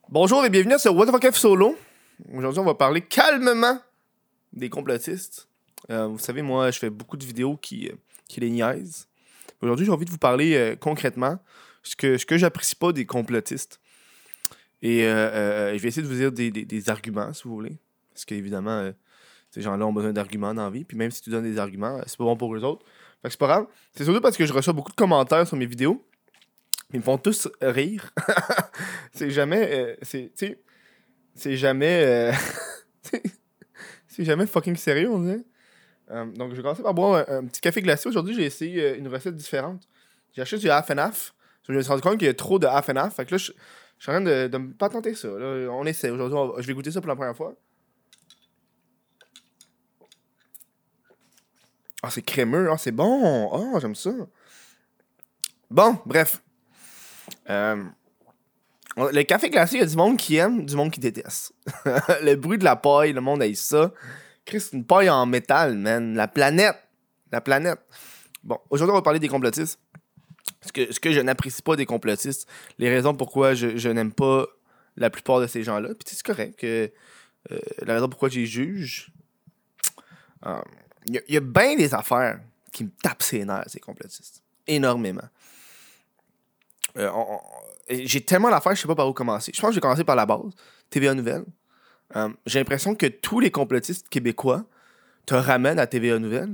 Bonjour et bienvenue sur What the Fuck F Solo. Aujourd'hui, on va parler calmement des complotistes. Vous savez, moi, je fais beaucoup de vidéos qui les niaisent. Aujourd'hui, j'ai envie de vous parler concrètement ce que j'apprécie pas des complotistes. Et je vais essayer de vous dire des arguments, si vous voulez. Parce qu'évidemment, ces gens-là ont besoin d'arguments dans la vie. Puis même si tu donnes des arguments, c'est pas bon pour eux autres. Fait que c'est pas grave. C'est surtout parce que je reçois beaucoup de commentaires sur mes vidéos. Ils me font tous rire. C'est jamais... c'est jamais... c'est jamais fucking sérieux, on dirait. Donc, je vais commencer par boire un petit café glacé. Aujourd'hui, j'ai essayé une recette différente. J'ai acheté du half and half. Je me suis rendu compte qu'il y a trop de half and half. Fait que là, je suis en train de me pas tenter ça. Là, on essaie. Aujourd'hui, je vais goûter ça pour la première fois. Ah, c'est crémeux. Ah, c'est bon. Ah, j'aime ça. Bon, bref. Le café glacé, il y a du monde qui aime, du monde qui déteste. Le bruit de la paille, le monde aime ça. Chris, c'est une paille en métal, man. La planète. Bon, aujourd'hui, on va parler des complotistes. Ce que je n'apprécie pas des complotistes. Les raisons pourquoi je n'aime pas la plupart de ces gens-là. Puis c'est correct que la raison pourquoi je les juge. Il y a bien des affaires qui me tapent ses nerfs, ces complotistes. Énormément. J'ai tellement d'affaires, je sais pas par où commencer. Je pense que je vais commencer par la base. TVA Nouvelles. J'ai l'impression que tous les complotistes québécois te ramènent à TVA Nouvelles.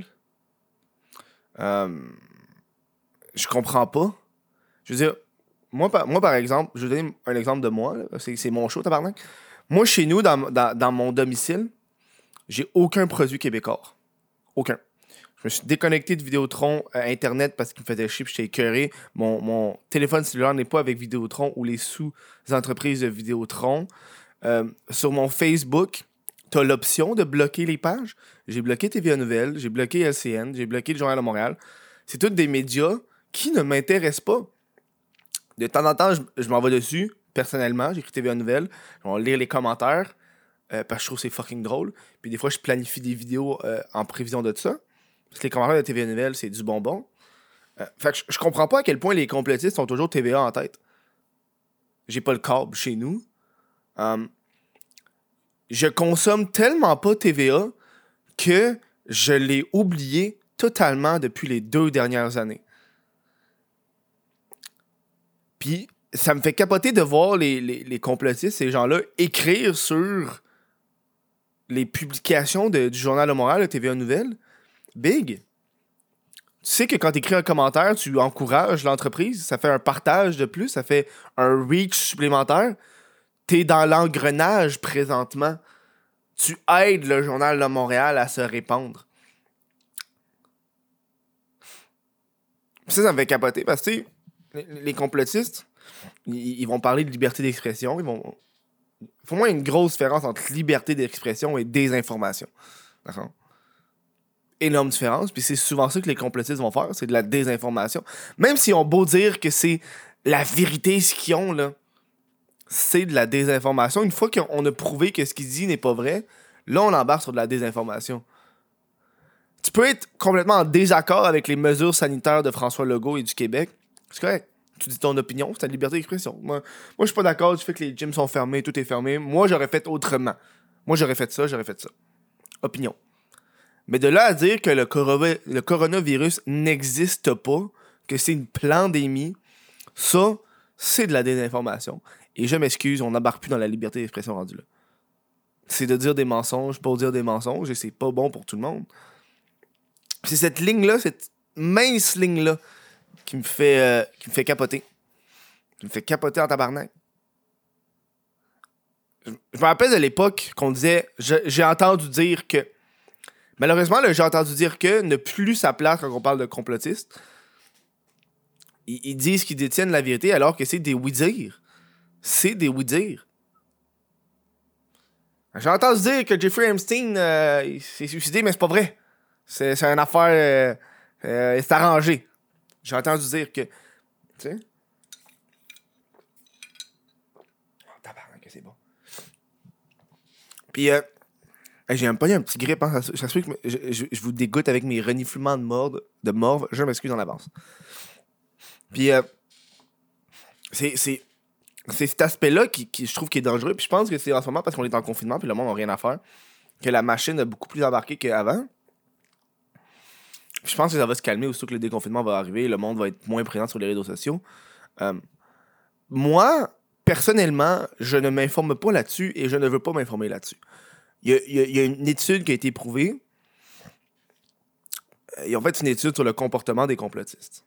Je comprends pas. Je veux dire, moi par exemple, je vais donner un exemple de moi. Là. C'est mon show, tabarnak. Moi, chez nous, dans mon domicile, j'ai aucun produit québécois. Aucun. Je me suis déconnecté de Vidéotron Internet parce qu'il me faisait chier, puis j'étais écœuré. Mon téléphone cellulaire n'est pas avec Vidéotron ou les sous-entreprises de Vidéotron. Sur mon Facebook, tu as l'option de bloquer les pages. J'ai bloqué TVA Nouvelles, j'ai bloqué LCN, j'ai bloqué le Journal de Montréal. C'est tous des médias qui ne m'intéressent pas. De temps en temps, je m'en vais dessus, personnellement. J'écris TVA Nouvelles, je vais lire les commentaires parce que je trouve que c'est fucking drôle. Puis des fois, je planifie des vidéos en prévision de ça. Parce que les commentaires de TVA Nouvelles, c'est du bonbon. Fait que je comprends pas à quel point les complotistes ont toujours TVA en tête. J'ai pas le câble chez nous. Je consomme tellement pas TVA que je l'ai oublié totalement depuis les 2 dernières années. Puis ça me fait capoter de voir les complotistes, ces gens-là, écrire sur les publications du Journal de Montréal, de TVA Nouvelles. Big. Tu sais que quand tu écris un commentaire, tu encourages l'entreprise, ça fait un partage de plus, ça fait un reach supplémentaire. T'es dans l'engrenage présentement. Tu aides le Journal de Montréal à se répandre. Ça me fait capoter parce que les complotistes, ils vont parler de liberté d'expression. Il faut moins une grosse différence entre liberté d'expression et désinformation. D'accord? Énorme différence, puis c'est souvent ça que les complotistes vont faire, c'est de la désinformation. Même s'ils ont beau dire que c'est la vérité, ce qu'ils ont, là, c'est de la désinformation. Une fois qu'on a prouvé que ce qu'ils disent n'est pas vrai, là, on embarque sur de la désinformation. Tu peux être complètement en désaccord avec les mesures sanitaires de François Legault et du Québec. C'est correct. Tu dis ton opinion, c'est ta liberté d'expression. Moi, je suis pas d'accord du fait que les gyms sont fermés, tout est fermé. Moi, j'aurais fait autrement. Moi, j'aurais fait ça. Opinion. Mais de là à dire que le coronavirus n'existe pas, que c'est une pandémie, ça, c'est de la désinformation. Et je m'excuse, on n'embarque plus dans la liberté d'expression rendue là. C'est de dire des mensonges pour dire des mensonges et c'est pas bon pour tout le monde. C'est cette ligne-là, cette mince ligne-là qui me fait capoter. Qui me fait capoter en tabarnak. Je me rappelle de l'époque qu'on disait, j'ai entendu dire que. Malheureusement, j'ai entendu dire que ne plus sa place quand on parle de complotistes. Ils disent qu'ils détiennent la vérité alors que c'est des oui-dire. C'est des oui-dire. J'ai entendu dire que Jeffrey Epstein s'est suicidé, mais c'est pas vrai. C'est une affaire... c'est arrangé. J'ai entendu dire que... Tu sais? Oh, tabarnak, que c'est bon. Puis... j'ai un petit grippe, hein. Ça se peut que je vous dégoûte avec mes reniflements de morve. Je m'excuse en avance. Puis, c'est c'est cet aspect-là qui je trouve qui est dangereux. Puis je pense que c'est en ce moment parce qu'on est en confinement puis le monde n'a rien à faire, que la machine a beaucoup plus embarqué qu'avant. Puis je pense que ça va se calmer aussitôt que le déconfinement va arriver. Le monde va être moins présent sur les réseaux sociaux. Moi, personnellement, je ne m'informe pas là-dessus et je ne veux pas m'informer là-dessus. Il y a une étude qui a été prouvée. Ils ont fait une étude sur le comportement des complotistes.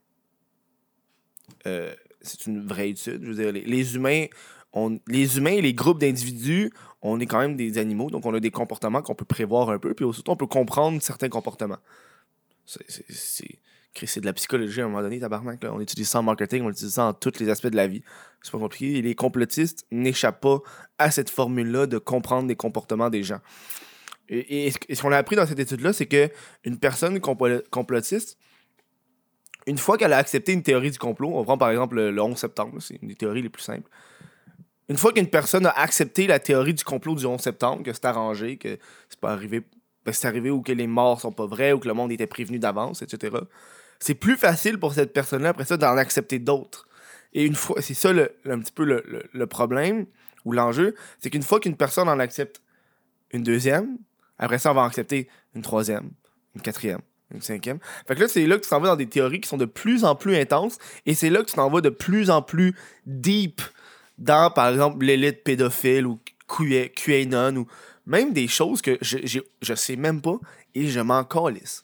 C'est une vraie étude. Je veux dire, les humains et les groupes d'individus, on est quand même des animaux, donc on a des comportements qu'on peut prévoir un peu, puis surtout on peut comprendre certains comportements. C'est de la psychologie à un moment donné, tabarnak. Là. On utilise ça en marketing, on utilise ça en tous les aspects de la vie. C'est pas compliqué. Et les complotistes n'échappent pas à cette formule-là de comprendre les comportements des gens. Et ce qu'on a appris dans cette étude-là, c'est qu'une personne complotiste, une fois qu'elle a accepté une théorie du complot, on prend par exemple le 11 septembre, là, c'est une des théories les plus simples. Une fois qu'une personne a accepté la théorie du complot du 11 septembre, que c'est arrangé, que c'est pas arrivé, c'est arrivé ou que les morts sont pas vrais ou que le monde était prévenu d'avance, etc., c'est plus facile pour cette personne-là, après ça, d'en accepter d'autres. Et une fois, c'est ça un petit peu le problème ou l'enjeu, c'est qu'une fois qu'une personne en accepte une deuxième, après ça, on va en accepter une troisième, une quatrième, une cinquième. Fait que là, c'est là que tu t'en vas dans des théories qui sont de plus en plus intenses, et c'est là que tu t'en vas de plus en plus deep dans, par exemple, l'élite pédophile ou QAnon, ou même des choses que je sais même pas, et je m'en calisse.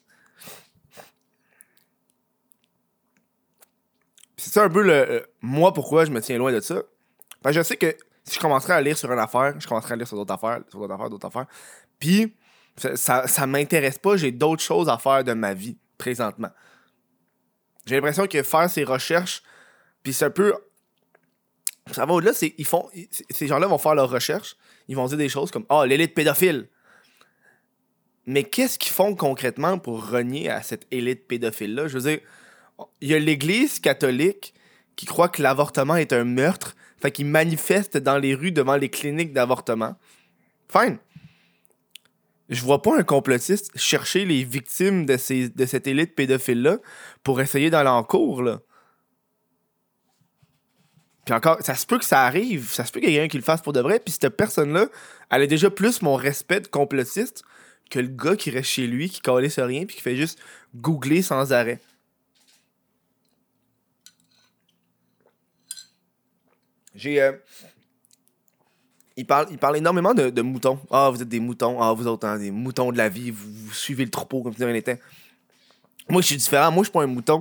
C'est ça un peu moi, pourquoi je me tiens loin de ça. Parce que je sais que si je commencerais à lire sur une affaire, je commencerais à lire sur d'autres affaires, d'autres affaires. Puis, ça m'intéresse pas, j'ai d'autres choses à faire de ma vie, présentement. J'ai l'impression que faire ces recherches, puis c'est un peu... Ça va au-delà, ces gens-là vont faire leurs recherches, ils vont dire des choses comme « Ah, l'élite pédophile ». Mais qu'est-ce qu'ils font concrètement pour renier à cette élite pédophile-là? Je veux dire... Il y a l'Église catholique qui croit que l'avortement est un meurtre, fait qu'ils manifestent dans les rues devant les cliniques d'avortement. Fine. Je vois pas un complotiste chercher les victimes de cette élite pédophile-là pour essayer d'aller en cours, là. Puis encore, ça se peut que ça arrive, ça se peut qu'il y ait quelqu'un qui le fasse pour de vrai, puis cette personne-là, elle a déjà plus mon respect de complotiste que le gars qui reste chez lui, qui calisse rien, puis qui fait juste googler sans arrêt. Il parle énormément de moutons. Ah, vous êtes des moutons. Ah, vous autres, hein, des moutons de la vie. Vous suivez le troupeau comme si de rien n'était. Moi, je suis différent. Moi, je suis pas un mouton.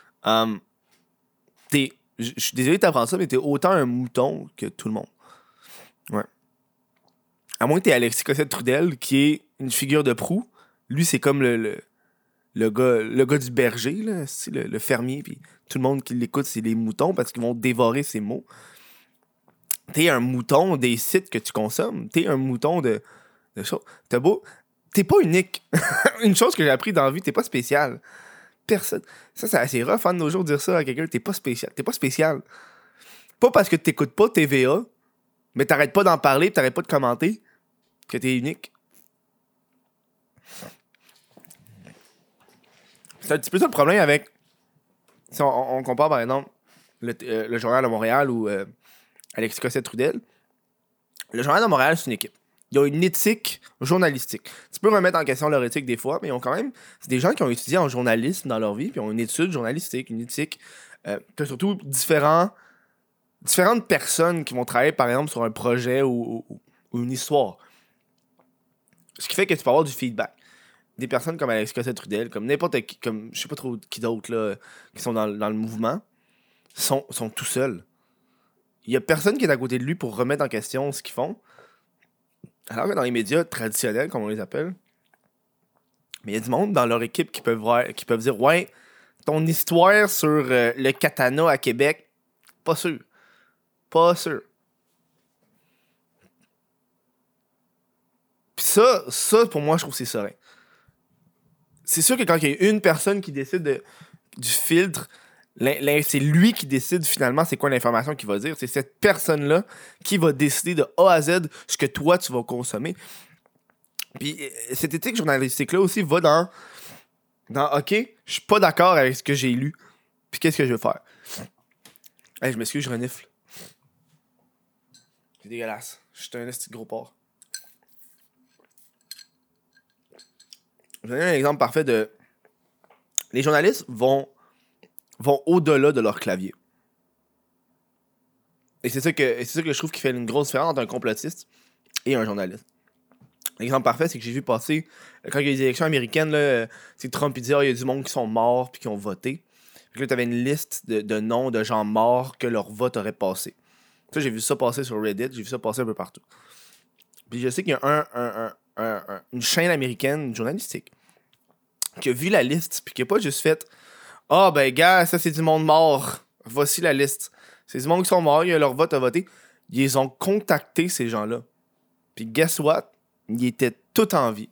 Je suis désolé de t'apprendre ça, mais t'es autant un mouton que tout le monde. Ouais. À moins que t'es Alexis Cossette-Trudel, qui est une figure de proue. Lui, c'est comme le gars du berger, là, c'est le fermier. Puis tout le monde qui l'écoute, c'est les moutons parce qu'ils vont dévorer ses mots. T'es un mouton des sites que tu consommes. T'es un mouton de choses. T'es pas unique. Une chose que j'ai appris dans la vie, t'es pas spécial. Personne. Ça, c'est assez rough de nos jours de dire ça à quelqu'un. T'es pas spécial. T'es pas spécial. Pas parce que t'écoutes pas TVA, mais t'arrêtes pas d'en parler, t'arrêtes pas de commenter que t'es unique. C'est un petit peu ça le problème avec... Si on compare, par exemple, le Journal de Montréal ou... Alexis Cossette-Trudel. Le Journal de Montréal, c'est une équipe. Ils ont une éthique journalistique. Tu peux remettre en question leur éthique des fois, mais ils ont quand même... C'est des gens qui ont étudié en journalisme dans leur vie, puis ils ont une étude journalistique, une éthique. T'as surtout différentes personnes qui vont travailler, par exemple, sur un projet ou une histoire. Ce qui fait que tu peux avoir du feedback. Des personnes comme Alexis Cossette-Trudel, comme n'importe qui, comme je sais pas trop qui d'autres, là, qui sont dans le mouvement, sont tout seuls. Il y a personne qui est à côté de lui pour remettre en question ce qu'ils font. Alors que dans les médias traditionnels, comme on les appelle, mais il y a du monde dans leur équipe qui peuvent dire « Ouais, ton histoire sur le katana à Québec, pas sûr. Pas sûr. » Puis ça, pour moi, je trouve que c'est serein. C'est sûr que quand il y a une personne qui décide du filtre, c'est lui qui décide finalement c'est quoi l'information qu'il va dire. C'est cette personne-là qui va décider de A à Z ce que toi tu vas consommer. Puis cette éthique journalistique-là aussi va dans OK, je suis pas d'accord avec ce que j'ai lu. Puis qu'est-ce que je veux faire? Hey, je m'excuse, je renifle. C'est dégueulasse. Je suis un esti de gros porc. Je vais donner un exemple parfait de... Les journalistes vont au-delà de leur clavier. Et c'est ça que je trouve qui fait une grosse différence entre un complotiste et un journaliste. L'exemple parfait, c'est que j'ai vu passer, quand il y a eu les élections américaines, là, Trump il dit il y a du monde qui sont morts puis qui ont voté. Puis là, tu avais une liste de noms de gens morts que leur vote aurait passé. Ça, j'ai vu ça passer sur Reddit, j'ai vu ça passer un peu partout. Puis je sais qu'il y a une chaîne américaine journalistique qui a vu la liste puis qui a pas juste fait ah ben gars, ça c'est du monde mort. Voici la liste. C'est du monde qui sont morts, il y a leur vote à voter. Ils ont contacté ces gens-là. Puis guess what? Ils étaient tous en vie.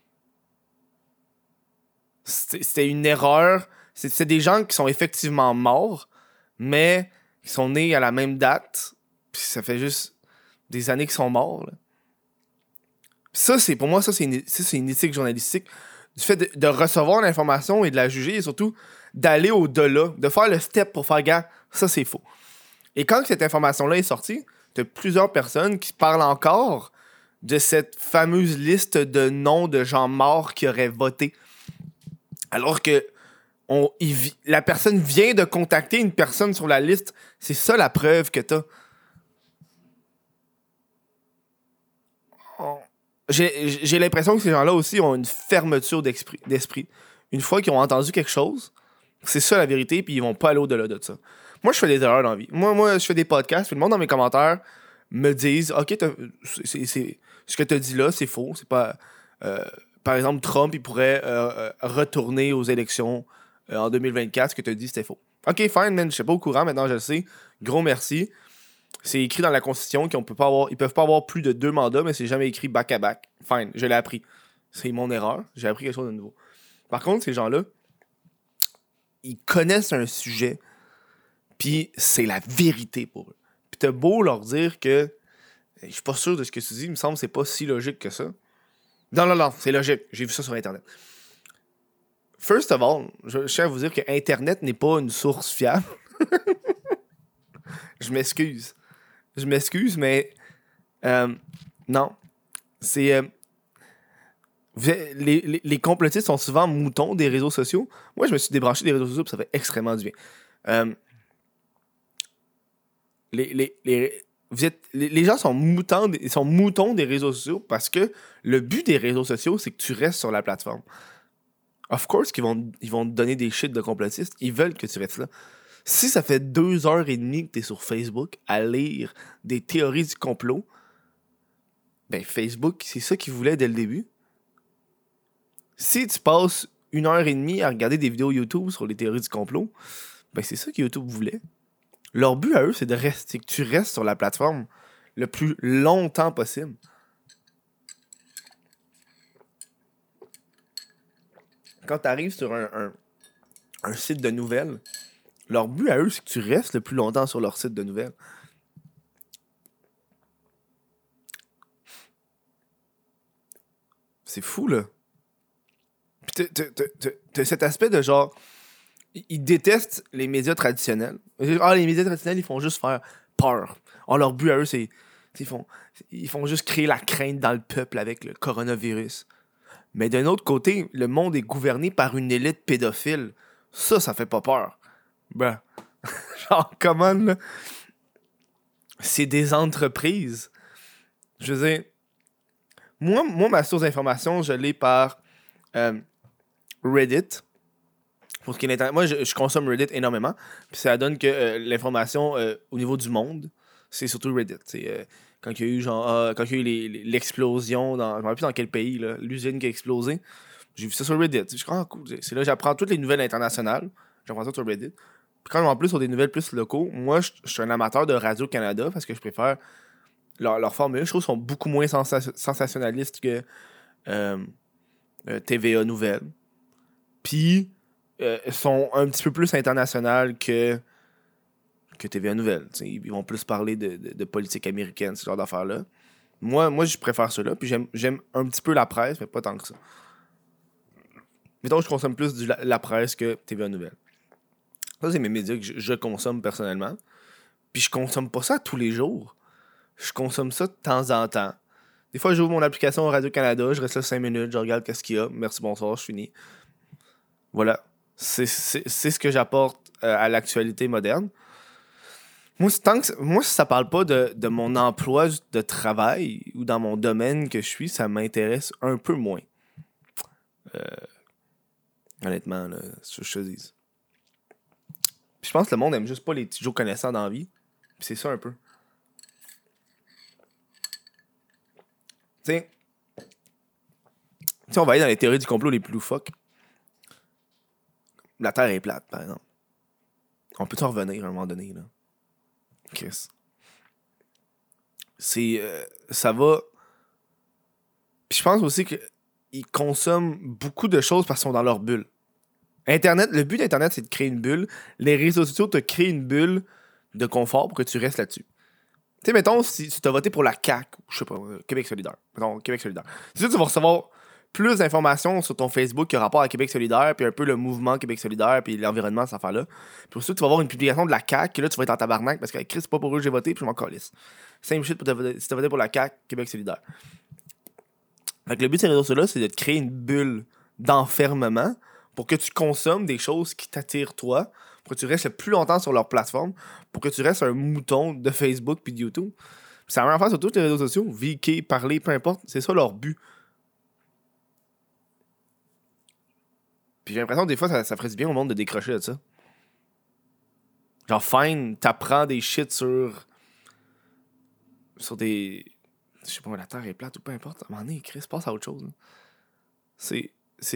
C'était une erreur. C'est des gens qui sont effectivement morts, mais qui sont nés à la même date. Puis ça fait juste des années qu'ils sont morts. Là. Ça, pour moi, c'est une éthique journalistique. Du fait de recevoir l'information et de la juger, et surtout d'aller au-delà, de faire le step pour faire gars, ça c'est faux. Et quand cette information-là est sortie, t'as plusieurs personnes qui parlent encore de cette fameuse liste de noms de gens morts qui auraient voté. Alors que la personne vient de contacter une personne sur la liste. C'est ça la preuve que t'as. J'ai l'impression que ces gens-là aussi ont une fermeture d'esprit. Une fois qu'ils ont entendu quelque chose, c'est ça la vérité, puis ils vont pas aller au-delà de ça. Moi, je fais des erreurs dans la vie. Moi, je fais des podcasts, puis le monde dans mes commentaires me disent OK, ce que tu as dit là, c'est faux. C'est pas. Par exemple, Trump, il pourrait retourner aux élections en 2024. Ce que tu as dit, c'était faux. OK, fine, man. Je suis pas au courant. Maintenant, je le sais. Gros merci. C'est écrit dans la Constitution qu'ils peuvent pas avoir plus de 2 mandats, mais c'est jamais écrit back-à-back. Fine, je l'ai appris. C'est mon erreur. J'ai appris quelque chose de nouveau. Par contre, ces gens-là, ils connaissent un sujet, puis c'est la vérité pour eux. Puis t'as beau leur dire que je suis pas sûr de ce que tu dis, il me semble que c'est pas si logique que ça. Non, c'est logique. J'ai vu ça sur Internet. First of all, je tiens à vous dire que Internet n'est pas une source fiable. Je m'excuse, mais non. C'est... les complotistes sont souvent moutons des réseaux sociaux. Moi, je me suis débranché des réseaux sociaux, puis ça fait extrêmement du bien. Les gens sont moutons des réseaux sociaux parce que le but des réseaux sociaux, c'est que tu restes sur la plateforme. Of course qu'ils vont te donner des shit de complotistes. Ils veulent que tu restes là. Si ça fait 2h30 que t'es sur Facebook à lire des théories du complot, ben Facebook, c'est ça qu'ils voulaient dès le début. Si tu passes 1h30 à regarder des vidéos YouTube sur les théories du complot, ben c'est ça que YouTube voulait. Leur but à eux, c'est que tu restes sur la plateforme le plus longtemps possible. Quand tu arrives sur un site de nouvelles, leur but à eux, c'est que tu restes le plus longtemps sur leur site de nouvelles. C'est fou, là. Puis t'as cet aspect de genre... Ils détestent les médias traditionnels. Ah, les médias traditionnels, ils font juste faire peur. Ah, leur but à eux, c'est... Ils font juste créer la crainte dans le peuple avec le coronavirus. Mais d'un autre côté, le monde est gouverné par une élite pédophile. Ça fait pas peur. Ben, genre, comment, là? C'est des entreprises. Je veux dire, moi ma source d'information, je l'ai par Reddit. Pour ce qui est l'Internet. Moi, je consomme Reddit énormément. Puis ça donne que l'information au niveau du monde, c'est surtout Reddit. Quand il y a eu quand il y a eu l'explosion dans. Je ne me rappelle plus dans quel pays, là, l'usine qui a explosé. J'ai vu ça sur Reddit. Je suis cool. C'est là j'apprends toutes les nouvelles internationales. J'apprends ça sur Reddit. Puis quand en plus sur des nouvelles plus locaux, moi je suis un amateur de Radio-Canada parce que je préfère leur formule. Je trouve qu'ils sont beaucoup moins sensationnalistes que TVA Nouvelles. Puis sont un petit peu plus internationales que TVA Nouvelles. T'sais, ils vont plus parler de politique américaine, ce genre d'affaires-là. Moi, je préfère cela. Puis j'aime un petit peu la presse, mais pas tant que ça. Mettons, je consomme plus la presse que TVA Nouvelles. Ça, c'est mes médias que je consomme personnellement. Puis je consomme pas ça tous les jours. Je consomme ça de temps en temps. Des fois, j'ouvre mon application Radio-Canada, je reste là 5 minutes, je regarde qu'est-ce qu'il y a. Merci, bonsoir, je finis. Voilà. C'est ce que j'apporte à l'actualité moderne. Moi, si ça parle pas de mon emploi de travail ou dans mon domaine que je suis, ça m'intéresse un peu moins. Honnêtement, là, c'est ce que je te dis. Puis je pense que le monde aime juste pas les petits Joe connaissants dans la vie. Puis c'est ça un peu. Tu sais, on va aller dans les théories du complot les plus loufoques. La Terre est plate, par exemple. On peut en revenir à un moment donné, là. Chris. Ça va. Puis je pense aussi qu'ils consomment beaucoup de choses parce qu'ils sont dans leur bulle. Internet, le but d'Internet, c'est de créer une bulle. Les réseaux sociaux te créent une bulle de confort pour que tu restes là-dessus. Tu sais, mettons, si tu as voté pour la CAQ, je sais pas, Québec solidaire. Mettons, Québec solidaire. C'est sûr que tu vas recevoir plus d'informations sur ton Facebook qui a rapport à Québec solidaire, puis un peu le mouvement Québec solidaire, puis l'environnement, cette affaire-là. Puis ensuite, tu vas avoir une publication de la CAQ, que là, tu vas être en tabarnak, parce que Chris, c'est pas pour eux que j'ai voté, puis je m'en calisse. Same shit si t'as voté pour la CAQ, Québec solidaire. Fait que le but de ces réseaux sociaux-là, c'est de te créer une bulle d'enfermement pour que tu consommes des choses qui t'attirent toi, pour que tu restes le plus longtemps sur leur plateforme, pour que tu restes un mouton de Facebook puis de YouTube. Puis c'est la même affaire sur tous les réseaux sociaux, VK, parler, peu importe, c'est ça leur but. Puis j'ai l'impression que des fois, ça ferait du bien au monde de décrocher de ça. Genre, fine, t'apprends des shit sur des... Je sais pas, la Terre est plate ou peu importe. À un moment donné, Chris, passe à autre chose. Là. C'est...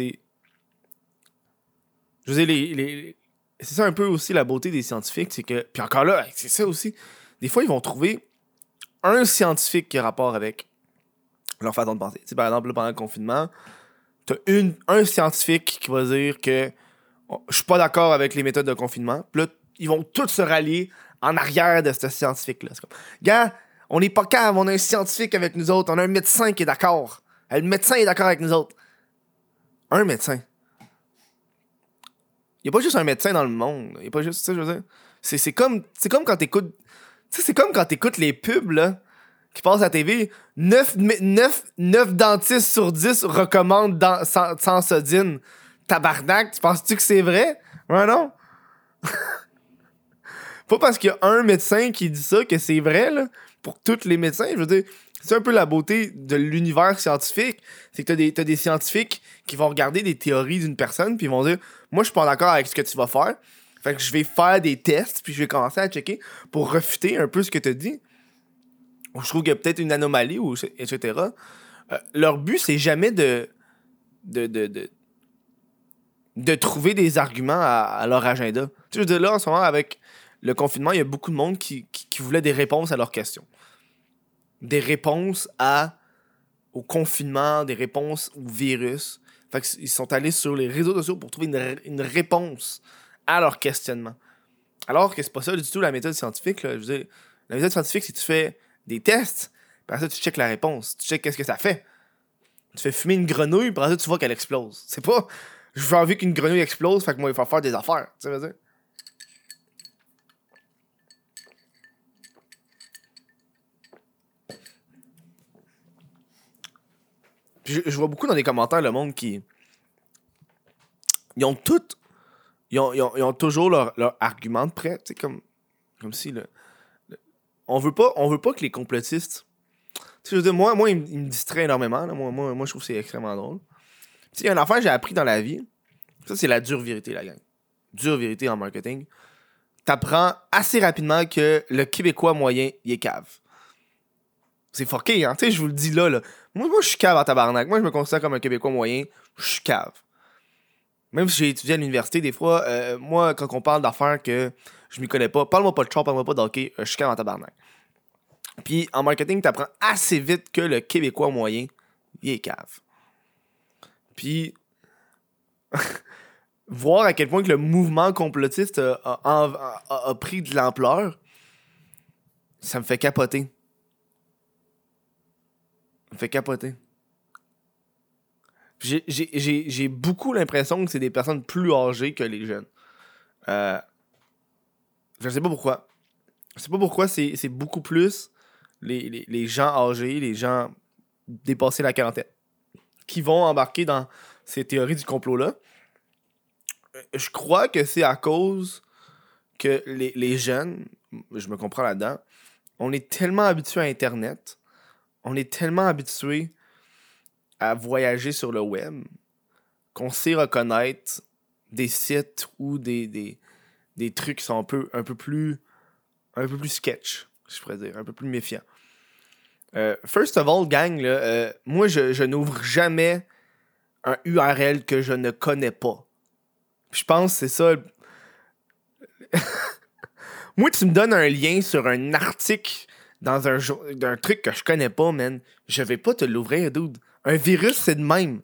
Je veux dire, c'est ça un peu aussi la beauté des scientifiques, c'est que... Puis encore là, c'est ça aussi. Des fois, ils vont trouver un scientifique qui a rapport avec leur façon de penser. Tu sais, par exemple, là, pendant le confinement, t'as un scientifique qui va dire que je suis pas d'accord avec les méthodes de confinement. Puis là, ils vont tous se rallier en arrière de ce scientifique-là. C'est comme, gars, on n'est pas calme, on a un scientifique avec nous autres, on a un médecin qui est d'accord. Le médecin est d'accord avec nous autres. Un médecin. Il n'y a pas juste un médecin dans le monde. Il n'y a pas juste, tu sais, je veux dire. C'est comme quand t'écoutes. Tu sais, c'est comme quand t'écoutes les pubs, là, qui passent à la TV. 9 dentistes sur 10 recommandent Sensodine. Tabarnak, tu penses-tu que c'est vrai? Ouais, non? Pas parce qu'il y a un médecin qui dit ça que c'est vrai, là, pour tous les médecins. Je veux dire, c'est un peu la beauté de l'univers scientifique. C'est que t'as des scientifiques qui vont regarder des théories d'une personne, puis ils vont dire, moi, je suis pas d'accord avec ce que tu vas faire. Fait que je vais faire des tests, puis je vais commencer à checker pour refuter un peu ce que tu dis. Ou je trouve qu'il y a peut-être une anomalie, ou etc. Leur but, c'est jamais de trouver des arguments à leur agenda. Tu sais, je veux dire, là, en ce moment, avec le confinement, il y a beaucoup de monde qui voulait des réponses à leurs questions. Des réponses au confinement, des réponses au virus. Fait qu'ils sont allés sur les réseaux sociaux pour trouver une réponse à leur questionnement. Alors que c'est pas ça du tout la méthode scientifique. Là. Je veux dire, la méthode scientifique, c'est que tu fais des tests, puis après ça, tu checkes la réponse. Tu checkes qu'est-ce que ça fait. Tu fais fumer une grenouille, puis après ça, tu vois qu'elle explose. C'est pas... Je veux envie qu'une grenouille explose, fait que moi, il faut faire des affaires. Tu sais, veux dire? Puis je vois beaucoup dans les commentaires le monde qui... Ils ont toutes... Ils ont toujours leur argument de prêt. Tu sais, comme si... On veut pas que les complotistes... Tu sais, je veux dire, moi il me distrait énormément. Là. Moi, je trouve que c'est extrêmement drôle. Tu sais, il y a une affaire que j'ai appris dans la vie. Ça, c'est la dure vérité, la gang. Dure vérité en marketing. T'apprends assez rapidement que le Québécois moyen, il est cave. C'est fucké, hein? Tu sais, je vous le dis là. Moi, je suis cave en tabarnak. Moi, je me considère comme un Québécois moyen. Je suis cave. Même si j'ai étudié à l'université, des fois, moi, quand on parle d'affaires que je m'y connais pas, parle-moi pas de char, parle-moi pas d'hockey, je suis cave en tabarnak. Puis en marketing, t'apprends assez vite que le Québécois moyen, il est cave. Puis voir à quel point que le mouvement complotiste a pris de l'ampleur, ça me fait capoter. Ça me fait capoter. J'ai beaucoup l'impression que c'est des personnes plus âgées que les jeunes. Je sais pas pourquoi. Je sais pas pourquoi c'est beaucoup plus les gens âgés, les gens dépassés la quarantaine, qui vont embarquer dans ces théories du complot-là. Je crois que c'est à cause que les jeunes, je me comprends là-dedans, on est tellement habitués à Internet, on est tellement habitués à voyager sur le web qu'on sait reconnaître des sites ou des trucs qui sont un peu plus sketch, je pourrais dire, un peu plus méfiants. First of all, gang, là, moi, je n'ouvre jamais un URL que je ne connais pas. Je pense que c'est ça. Moi, tu me donnes un lien sur un article d'un truc que je connais pas, man. Je vais pas te l'ouvrir, dude. Un virus, c'est de même.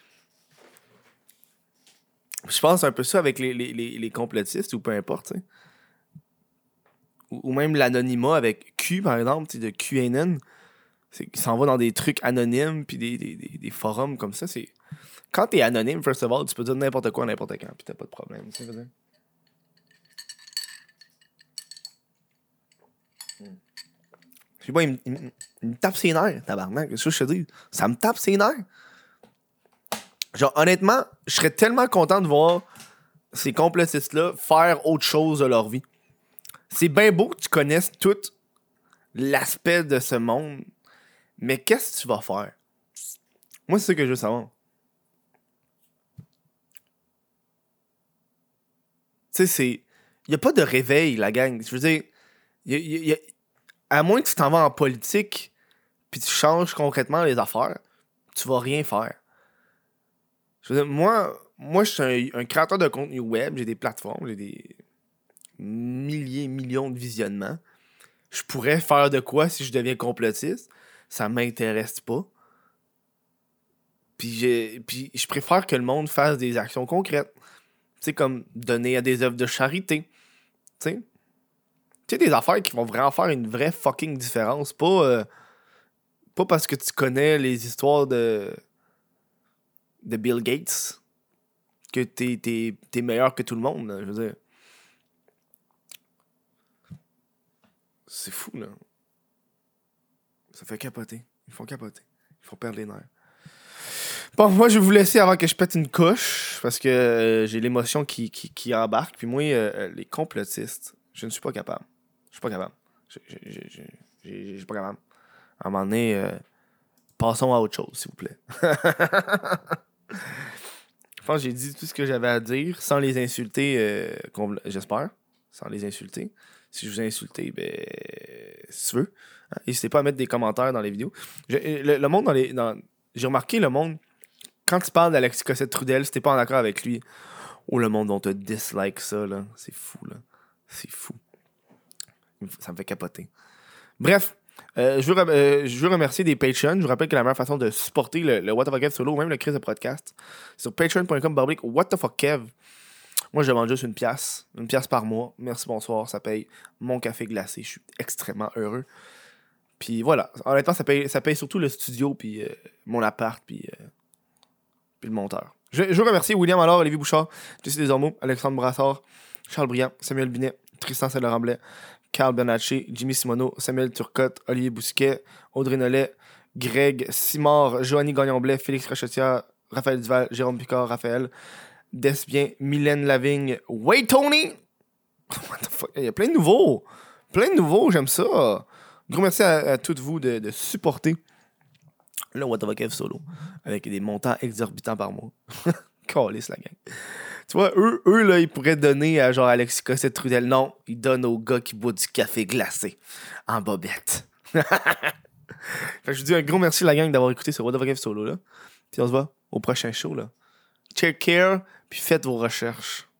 Je pense un peu ça avec les complotistes ou peu importe, tu sais. Ou même l'anonymat avec Q, par exemple, tu sais, de QAnon. Il s'en va dans des trucs anonymes puis des forums comme ça. Quand t'es anonyme, first of all, tu peux dire n'importe quoi n'importe quand puis t'as pas de problème. Tu sais, je sais pas, il me tape ses nerfs, tabarnak. Qu'est-ce que je te dis? Ça me tape ses nerfs. Genre, honnêtement, je serais tellement content de voir ces complotistes-là faire autre chose de leur vie. C'est bien beau que tu connaisses tout l'aspect de ce monde, mais qu'est-ce que tu vas faire? Moi, c'est ça que je veux savoir. Tu sais, il n'y a pas de réveil, la gang. Je veux dire, à moins que tu t'en vas en politique puis tu changes concrètement les affaires, tu vas rien faire. Je veux dire, moi je suis un créateur de contenu web, j'ai des plateformes, j'ai des millions de visionnements. Je pourrais faire de quoi si je deviens complotiste? Ça m'intéresse pas. Puis je préfère que le monde fasse des actions concrètes. Tu sais, comme donner à des œuvres de charité. Tu sais, des affaires qui vont vraiment faire une vraie fucking différence. Pas parce que tu connais les histoires de Bill Gates que t'es meilleur que tout le monde, là, je veux dire. C'est fou, là. Ça fait capoter. Ils font capoter. Ils font perdre les nerfs. Bon, moi, je vais vous laisser avant que je pète une couche, parce que j'ai l'émotion qui embarque. Puis moi, les complotistes, je ne suis pas capable. Je suis pas capable. Je suis pas capable. À un moment donné, passons à autre chose, s'il vous plaît. Je pense que j'ai dit tout ce que j'avais à dire, sans les insulter, j'espère. Sans les insulter. Si je vous ai insulté, ben, si tu veux. Hein, n'hésitez pas à mettre des commentaires dans les vidéos. Le monde j'ai remarqué le monde, quand tu parles d'Alexis Cossette-Trudel, si t'es pas en accord avec lui, le monde on te dislike ça, là. C'est fou, là. C'est fou. Ça me fait capoter. Bref, je veux remercier des Patreons. Je vous rappelle que la meilleure façon de supporter le What the Fuck Kev solo ou même le Chris de podcast, sur patreon.com/WhatTheFuckKev. Moi, je demande juste une pièce par mois. Merci, bonsoir, ça paye mon café glacé. Je suis extrêmement heureux. Puis voilà, honnêtement, ça paye surtout le studio, puis mon appart, puis le monteur. Je veux remercier William Allard, Olivier Bouchard, Jessie Desormeaux, Alexandre Brassard, Charles Briand, Samuel Binet, Tristan Saint-Laurent-Blais, Carl Benacci, Jimmy Simoneau, Samuel Turcotte, Olivier Bousquet, Audrey Nollet, Greg Simard, Joanny Gagnon-Blais, Félix Rachetière, Raphaël Duval, Jérôme Picard, Raphaël Desbien, Mylène Lavigne, Wait Tony! What the fuck? Il y a plein de nouveaux! J'aime ça! Gros merci à toutes vous de supporter le What the Fuck Kev solo avec des montants exorbitants par mois. Calisse la gang. Tu vois, eux là, ils pourraient donner à genre Alexis Cossette-Trudel. Non, ils donnent aux gars qui boivent du café glacé en bobette. Fait que je vous dis un gros merci la gang d'avoir écouté ce What the Fuck Kev solo là. Puis on se voit au prochain show là. Take care, puis faites vos recherches.